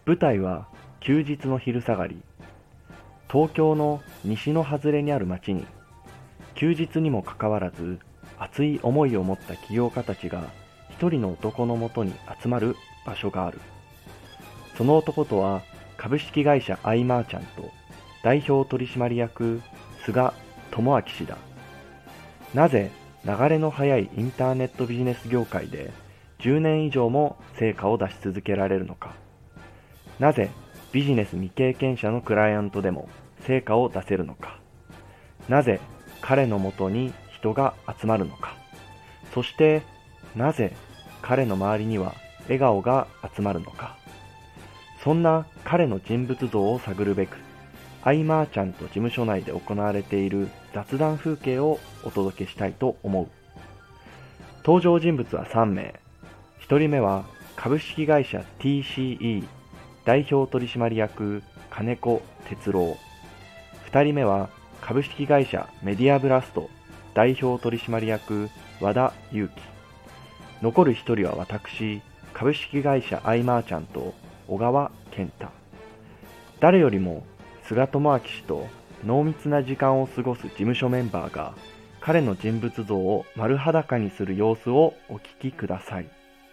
舞台は休日の昼下がり、東京の西の外れにある町に、休日にもかかわらず熱い思いを持った起業家たちが一人の男のもとに集まる場所がある。その男とは株式会社アイマーチャント代表取締役菅智明氏だ。なぜ流れの速いインターネットビジネス業界で10年以上も成果を出し続けられるのか。なぜビジネス未経験者のクライアントでも成果を出せるのか。なぜ彼のもとに人が集まるのか。そしてなぜ彼の周りには笑顔が集まるのか。そんな彼の人物像を探るべく、アイマーチャント事務所内で行われている雑談風景をお届けしたいと思う。登場人物は3名。1人目は株式会社 TCE 代表取締役金子哲郎。2人目は株式会社メディアブラスト代表取締役和田裕樹。残る1人は私、株式会社アイマーチャント小川健太。誰よりも菅智明氏と濃密な時間を過ごす事務所メンバーが彼の人物像を丸裸にする様子をお聞きください。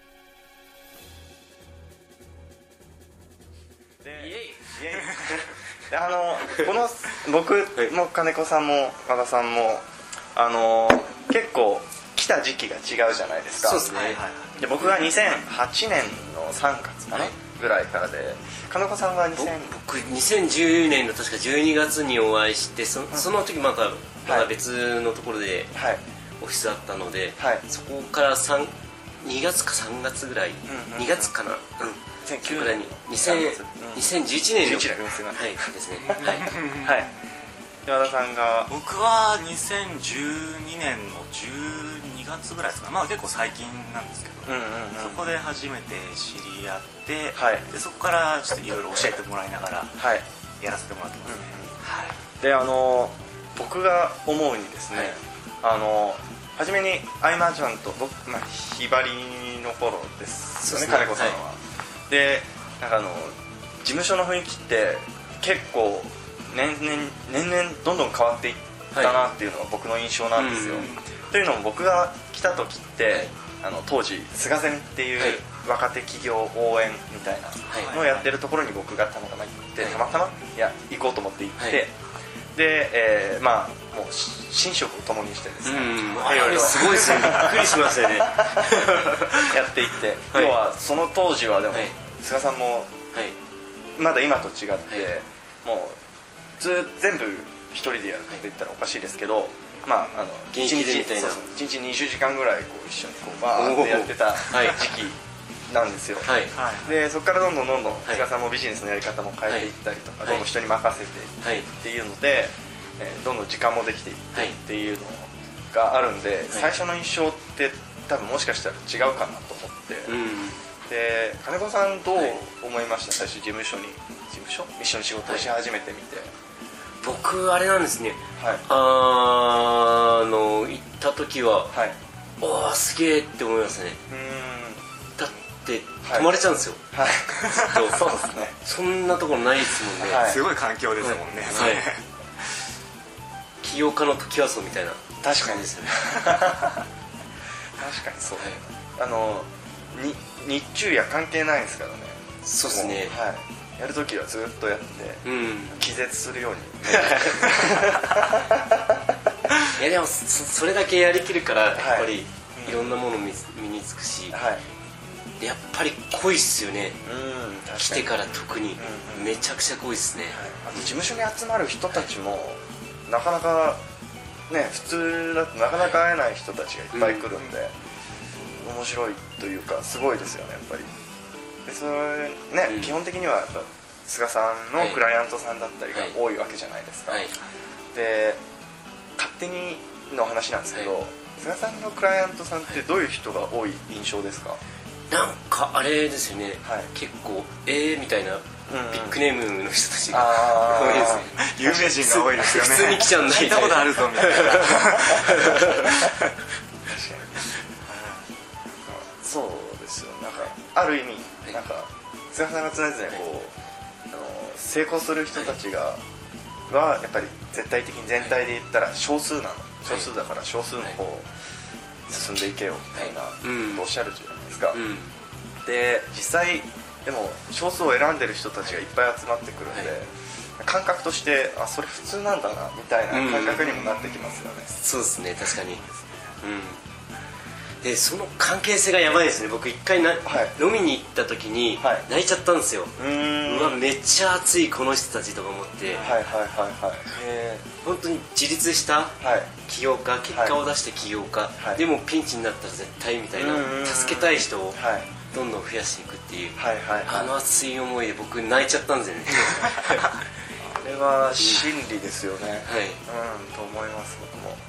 この僕も金子さんも和田さんも結構来た時期が違うじゃないですか。 そうですね。 で僕が2008年の3月かな、ぐらいからで、金子さんが僕2010年の確か12月にお会いして、その時また別のところでオフィスだったので、そこから2月か3月ぐらい、2月かな、 2009年に 2011年のですね。 はい。 和田さんが僕は2012年の12月ぐらいですか、結構最近なんですけど、そこで初めて知り合って、でそこからちょっといろいろ教えてもらいながらやらせてもらってますね。 で僕が思うにですね、初めにアイマーチャント、僕ひばりの頃ですよね、金子さんは。で事務所の雰囲気って結構年々どんどん変わっていったなっていうのが僕の印象なんですよ。というのも僕が来た時って、当時菅ゼミっていう若手企業応援みたいなのをやってるところに僕がたまたま行って、行こうと思って行って、で、もう寝食を共にしてですね、 すごいですね、びっくりしましたよね。 やっていって、要はその当時はでも菅さんもまだ今と違って、もう全部一人でやるって言ったらおかしいですけど、 現役でみたいな 1日20時間ぐらい一緒にバーってやってた時期なんですよ。でそこからどんどん菅さんもビジネスのやり方も変えていったりとか、どんどん人に任せていってっていうので、どんどん時間もできていってっていうのがあるんで、最初の印象って多分もしかしたら違うかなと思って、で金子さんどう思いました？最初事務所一緒に仕事をし始めてみて。 僕あれなんですね、行った時は、おーすげえって思いますね。だって泊まれちゃうんですよ。 そうですね。 そんなところないですもんね。 すごい環境ですもんね。 起業家の時はそうみたいな。 確かにですね。確かにそう。日中夜関係ないですからね。 そうですね。 やるときはずっとやって、気絶するように。 いやでもそれだけやりきるからやっぱりいろんなもの身につくし、やっぱり濃いっすよね。来てから特にめちゃくちゃ濃いっすね。 事務所に集まる人たちもなかなかね、普通だとなかなか会えない人たちがいっぱい来るんで、面白いというかすごいですよね、やっぱり。でそれね、基本的にはやっぱ菅さんのクライアントさんだったりが多いわけじゃないですか。で勝手にの話なんですけど、菅さんのクライアントさんってどういう人が多い印象ですか？ なんかあれですよね、結構みたいなビッグネームの人たちが多いですね。 有名人が多いですよね。 普通に来ちゃうんだみたいな。 聞いたことあるぞみたいな。確かにそうですよ。なんかある意味なんか菅菅さんが常々こう成功する人たちがはやっぱり絶対的に全体で言ったら少数だから少数の方を進んでいけよみたいなことをおっしゃるじゃないですか、で実際でも少数を選んでる人たちがいっぱい集まってくるんで、感覚としてそれ普通なんだなみたいな感覚にもなってきますよね、 そうですね、確かに。でその関係性がやばいですね。僕一回飲みに行った時に泣いちゃったんですよ。うわめっちゃ熱いこの人たちとか思って、本当に自立した起業家、結果を出して起業家、でもピンチになったら絶対みたいな、助けたい人をどんどん増やしていくっていう、あの熱い思いで僕泣いちゃったんですよね。 あれは真理ですよね、と思います。僕も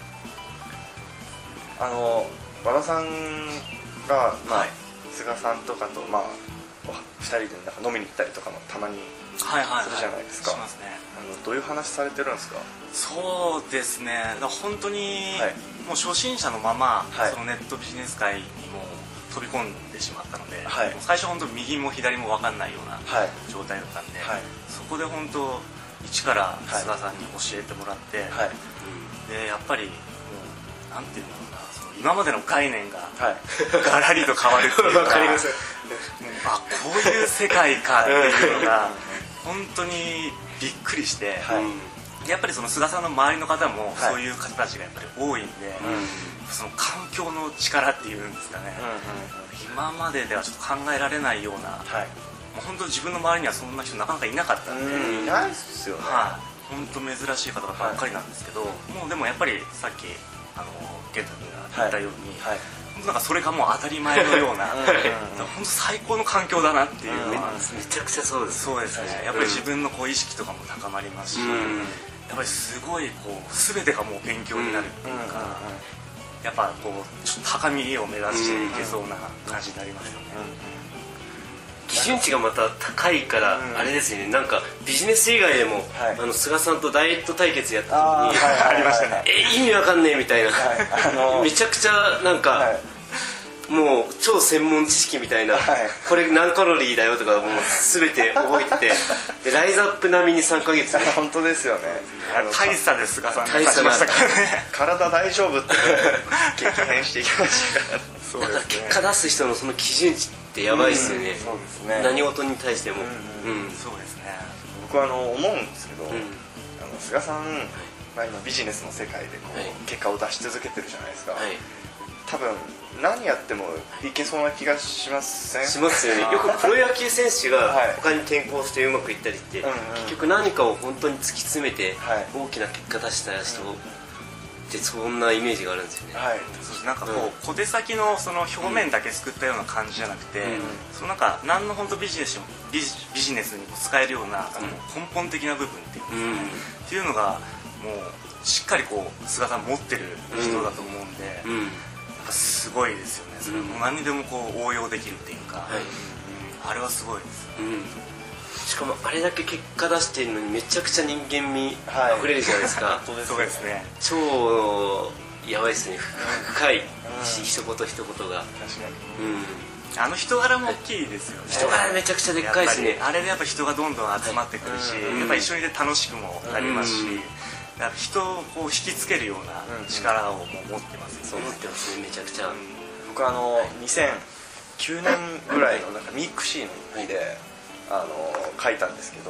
和田さんが、菅さんとかと、2人でなんか飲みに行ったりとかもたまにするじゃないですか。 しますね。 どういう話されてるんですか？ そうですね、本当に、もう初心者のまま、そのネットビジネス界にも飛び込んでしまったので、もう最初本当右も左も分かんないような状態だったんで、そこで本当一から菅さんに教えてもらって、でやっぱりもうなんていうんだろうな、その今までの概念がガラリと変わるっていうか、こういう世界かっていうのが本当にびっくりして、やっぱりその菅さんの周りの方もそういう方たちがやっぱり多いんで、その環境の力っていうんですかね、今までではちょっと考えられないような、もう本当に自分の周りにはそんな人なかなかいなかったんで、 いないですよね。 本当珍しい方ばっかりなんですけど、もうでもやっぱりさっき健太君が言ったように、本当なんかそれがもう当たり前のような、本当最高の環境だなっていうのは、 めちゃくちゃそうです。 そうですね。やっぱり自分の意識とかも高まりますし、やっぱりすごい全てがもう勉強になるっていうか、やっぱちょっと高みを目指していけそうな感じになりますよね。 基準値がまた高いからあれですよね、なんかビジネス以外でも菅さんとダイエット対決やった時にありましたね。 意味わかんねえみたいな、めちゃくちゃなんかもう超専門知識みたいな、これ何カロリーだよとかもう全て覚えてでライズアップ並みに3ヶ月で本当ですよね。 大差で菅さんが勝ちましたからね。 体大丈夫って激変していきましたから。 だから結果出す人のその基準値ってやばいですよね。 そうですね。 何事に対しても。 そうですね。 僕は思うんですけど、菅さん、今ビジネスの世界で結果を出し続けてるじゃないですか。多分何やってもいけそうな気がしません？ しますよね。よくプロ野球選手が他に転向してうまくいったりって、結局何かを本当に突き詰めて大きな結果出した人ってそんなイメージがあるんですよね。 なんか小手先のその表面だけすくったような感じじゃなくて、そのなんか何の本当ビジネスにも使えるようなその根本的な部分っていうっていうのがもうしっかり菅さん持ってる人だと思うんで。すごいですよね。それも何にでも応用できるっていうか、あれはすごいです。 しかもあれだけ結果出してるのにめちゃくちゃ人間味あふれるじゃないですか。 そうですね。 超やばいですね。深い一言一言が。 確かに。人柄も大きいですよね。 人柄めちゃくちゃでっかいですね。 あれでやっぱ人がどんどん集まってくるし、やっぱ一緒にいて楽しくもなりますし。人を引きつけるような力をも持ってますよね。 そう思ってますね、めちゃくちゃ。 僕2009年ぐらいのなんかミクシーの日で書いたんですけど、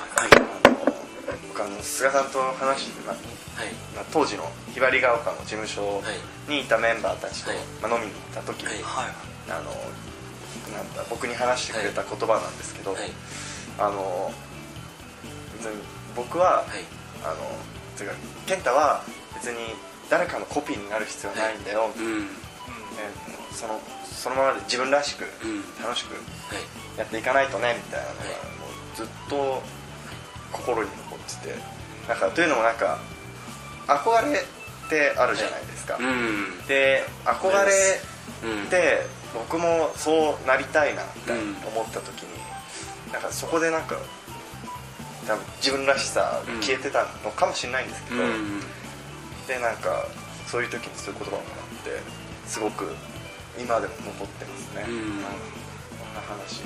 僕菅さんと話して、当時のひばりが丘の事務所にいたメンバーたちと飲みに行った時に僕に話してくれた言葉なんですけど、別に僕は健太は別に誰かのコピーになる必要ないんだよ、そのままで自分らしく楽しくやっていかないとねみたいなのがもうずっと心に残ってて、なんかというのもなんか憧れってあるじゃないですか。で憧れって僕もそうなりたいなって思った時に、なんかそこでなんか多分自分らしさ消えてたのかもしれないんですけど、でなんかそういう時にそういう言葉をもらってすごく今でも残ってますね。 話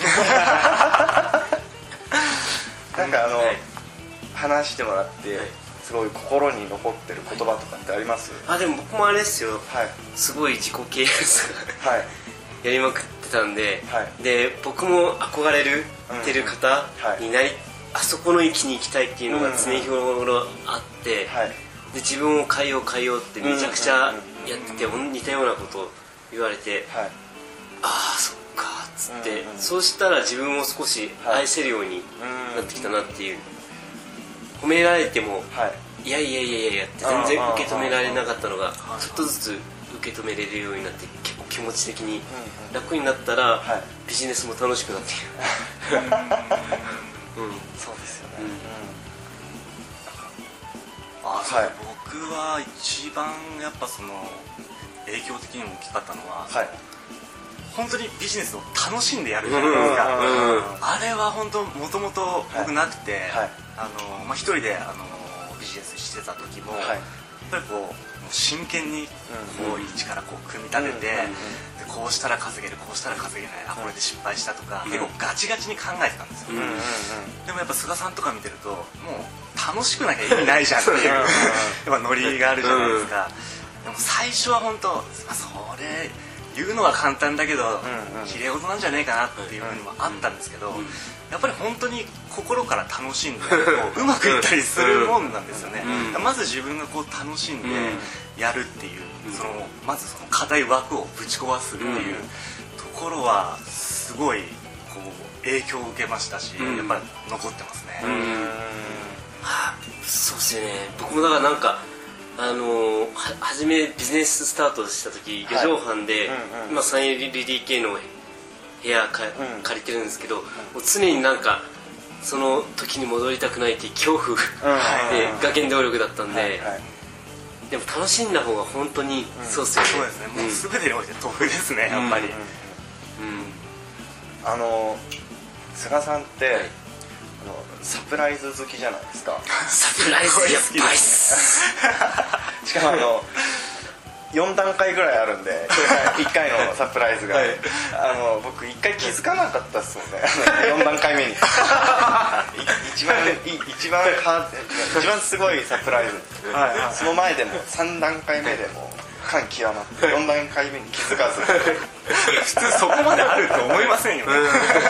なんか話してもらってすごい心に残ってる言葉とかってあります？ でも僕もあれですよ、すごい自己啓発やりまくってたんで、で僕も憧れてる方になり、あそこの域に行きたいっていうのが常日頃あって、で自分を変えようってめちゃくちゃやってて、似たようなことを言われて、ああそっかっつって、そうしたら自分を少し愛せるようになってきたなっていう。褒められても、いやいやって全然受け止められなかったのがちょっとずつ受け止めれるようになって、結構気持ち的に楽になったらビジネスも楽しくなってきる。 そうですよね。 僕は一番やっぱその影響的にも大きかったのは、本当にビジネスを楽しんでやるじゃないですか。あれは本当もともと僕なくて、一人でビジネスしてた時もやっぱりこう真剣にこう一からこう組み立てて、こうしたら稼げる、こうしたら稼げない、これで失敗したとか結構ガチガチに考えてたんですよ。でもやっぱ菅さんとか見てるともう楽しくなきゃ意味ないじゃんっていうやっぱノリがあるじゃないですか。でも最初は本当それ言うのは簡単だけど綺麗事なんじゃねえかなっていうのもあったんですけど、やっぱり本当に心から楽しんでうまくいったりするもんなんですよね。まず自分がこう楽しんでやるっていう、まずその課題枠をぶち壊すっていうところはすごいこう影響を受けましたし、やっぱり残ってますね。 そうですよね。僕もだからなんか初めビジネススタートした時、4畳半で今 3LDK の部屋借りてるんですけど、もう常になんかその時に戻りたくないっていう恐怖が原動力だったんで、でも楽しんだ方が本当にそうですよね。 そうですね。もう全てにおいて得ですね、やっぱり。 菅さんってサプライズ好きじゃないですか。 サプライズやっぱりしかも4段階ぐらいあるんで、1回のサプライズが僕1回気づかなかったっすもんね。4段階目に一番すごいサプライズ、その前でも3段階目でも感極まって4段階目に気づかず普通そこまであると思いませんよね。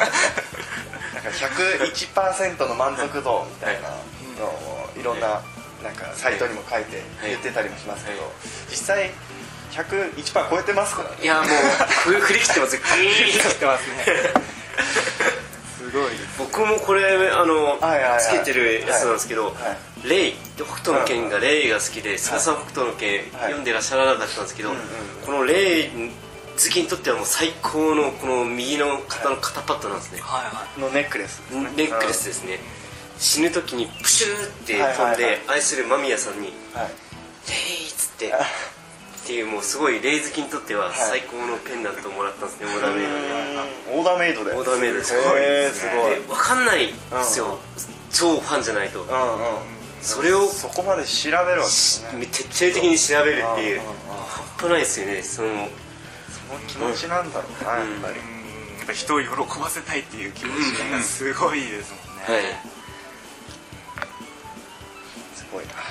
101% の満足度みたいなのをいろんななんかサイトにも書いて言ってたりもしますけど、実際 101% 超えてますからね。 いやもう振り切ってます。 振り切ってますね。 すごい。 僕もこれつけてるやつなんですけど、レイ北斗の拳がレイが好きで、菅さん北斗の拳読んでらっしゃらなかったんですけど、このレイ好きにとってはもう最高のこの右の肩の肩パッドなんですね。 のネックレスネックレスですね。死ぬ時にプシューって飛んで愛する間宮さんにレイっつってっていう、もうすごいレイ好きにとっては最高のペンダントをもらったんですね。オーダーメイドで。 オーダーメイドで。 オーダーメイドです。 すごい。 分かんないんですよ、超ファンじゃないと。それをそこまで調べるわけですね。 徹底的に調べるっていう、半端ないですよね。その気持ちなんだろうな、やっぱり。 やっぱ人を喜ばせたいっていう気持ちがすごいですもんね。 すごいな。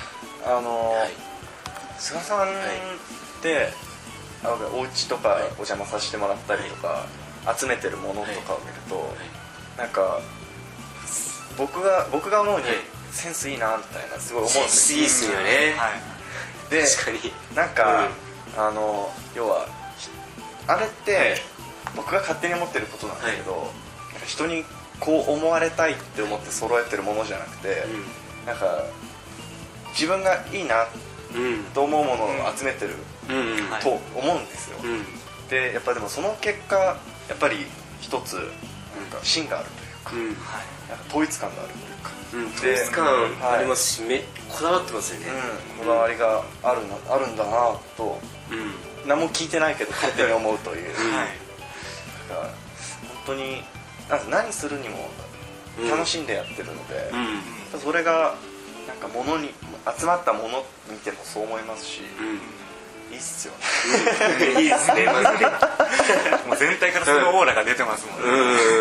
菅さんってお家とかお邪魔させてもらったりとか集めてるものとかを見ると、なんか僕が思うにセンスいいなみたいなすごい思うんですよ。 センスいいっすよね。 でなんか要はあれって僕が勝手に思ってることなんだけど、人にこう思われたいって思って揃えてるものじゃなくて、なんか自分がいいなと思うものを集めてると思うんですよ。でやっぱでもその結果やっぱり一つなんか芯があるというか、なんか統一感があるというか、 統一感ありますし、こだわってますよね。 こだわりがあるんだなと、何も聞いてないけど勝手に思うという。本当に何するにも楽しんでやってるので、それがなんか物に集まったもの見てもそう思いますし、いいっすよね。 いいっすね。 もう全体からそのオーラが出てますもんね。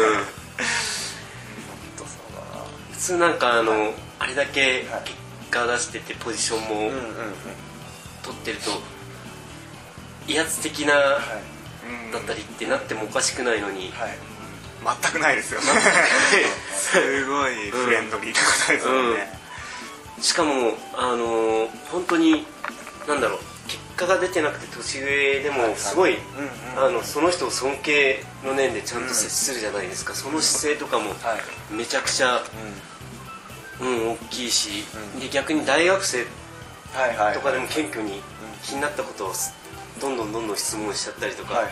普通なんかあれだけ結果出しててポジションも取ってると威圧的なだったりってなってもおかしくないのに、 全くないですよ。すごいフレンドリーなことですよね。 しかも本当になんだろう、結果が出てなくて年上でもすごいその人を尊敬の念でちゃんと接するじゃないですか。その姿勢とかもめちゃくちゃ大きいし、で逆に大学生とかでも謙虚に気になったことをどんどん質問しちゃったりとか、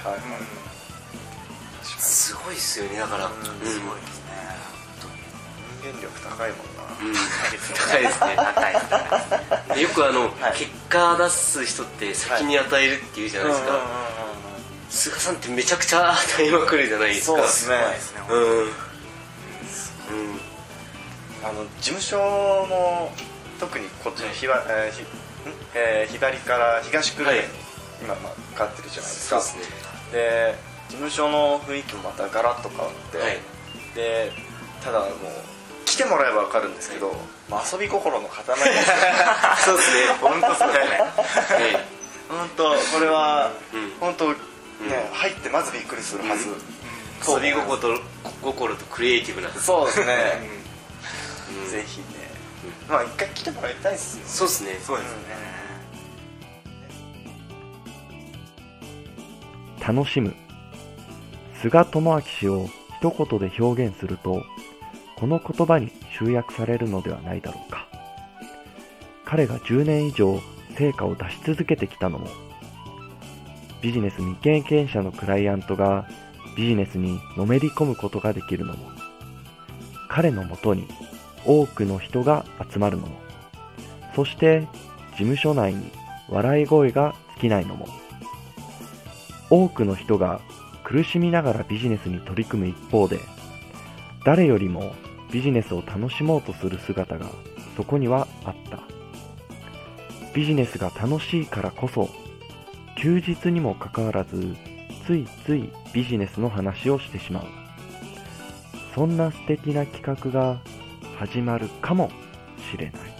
すごいですよね。だからすごいですね。 人間力高いもんな。 高いですね。高い。よく結果出す人って先に与えるっていうじゃないですか。菅さんってめちゃくちゃ与えまくるじゃないですか。 そうですね。事務所も特にこっちの左から東久留米に今変わってるじゃないですか。で事務所の雰囲気もまたガラッと変わって、でただもう来てもらえば分かるんですけど、遊び心の塊ですよ。 そうですね。 本当そうですね。本当これは本当ね、入ってまずびっくりするはず。 遊び心とクリエイティブな。 そうですね。ぜひね、一回来てもらいたいですよね。 そうですね。 そうですね。 楽しむ。菅智明氏を一言で表現すると、この言葉に集約されるのではないだろうか。彼が10年以上成果を出し続けてきたのも、ビジネス未経験者のクライアントがビジネスにのめり込むことができるのも、彼のもとに多くの人が集まるのも、そして事務所内に笑い声が尽きないのも、多くの人が苦しみながらビジネスに取り組む一方で、誰よりもビジネスを楽しもうとする姿がそこにはあった。ビジネスが楽しいからこそ、休日にもかかわらずついついビジネスの話をしてしまう。そんな素敵な企画が始まるかもしれない。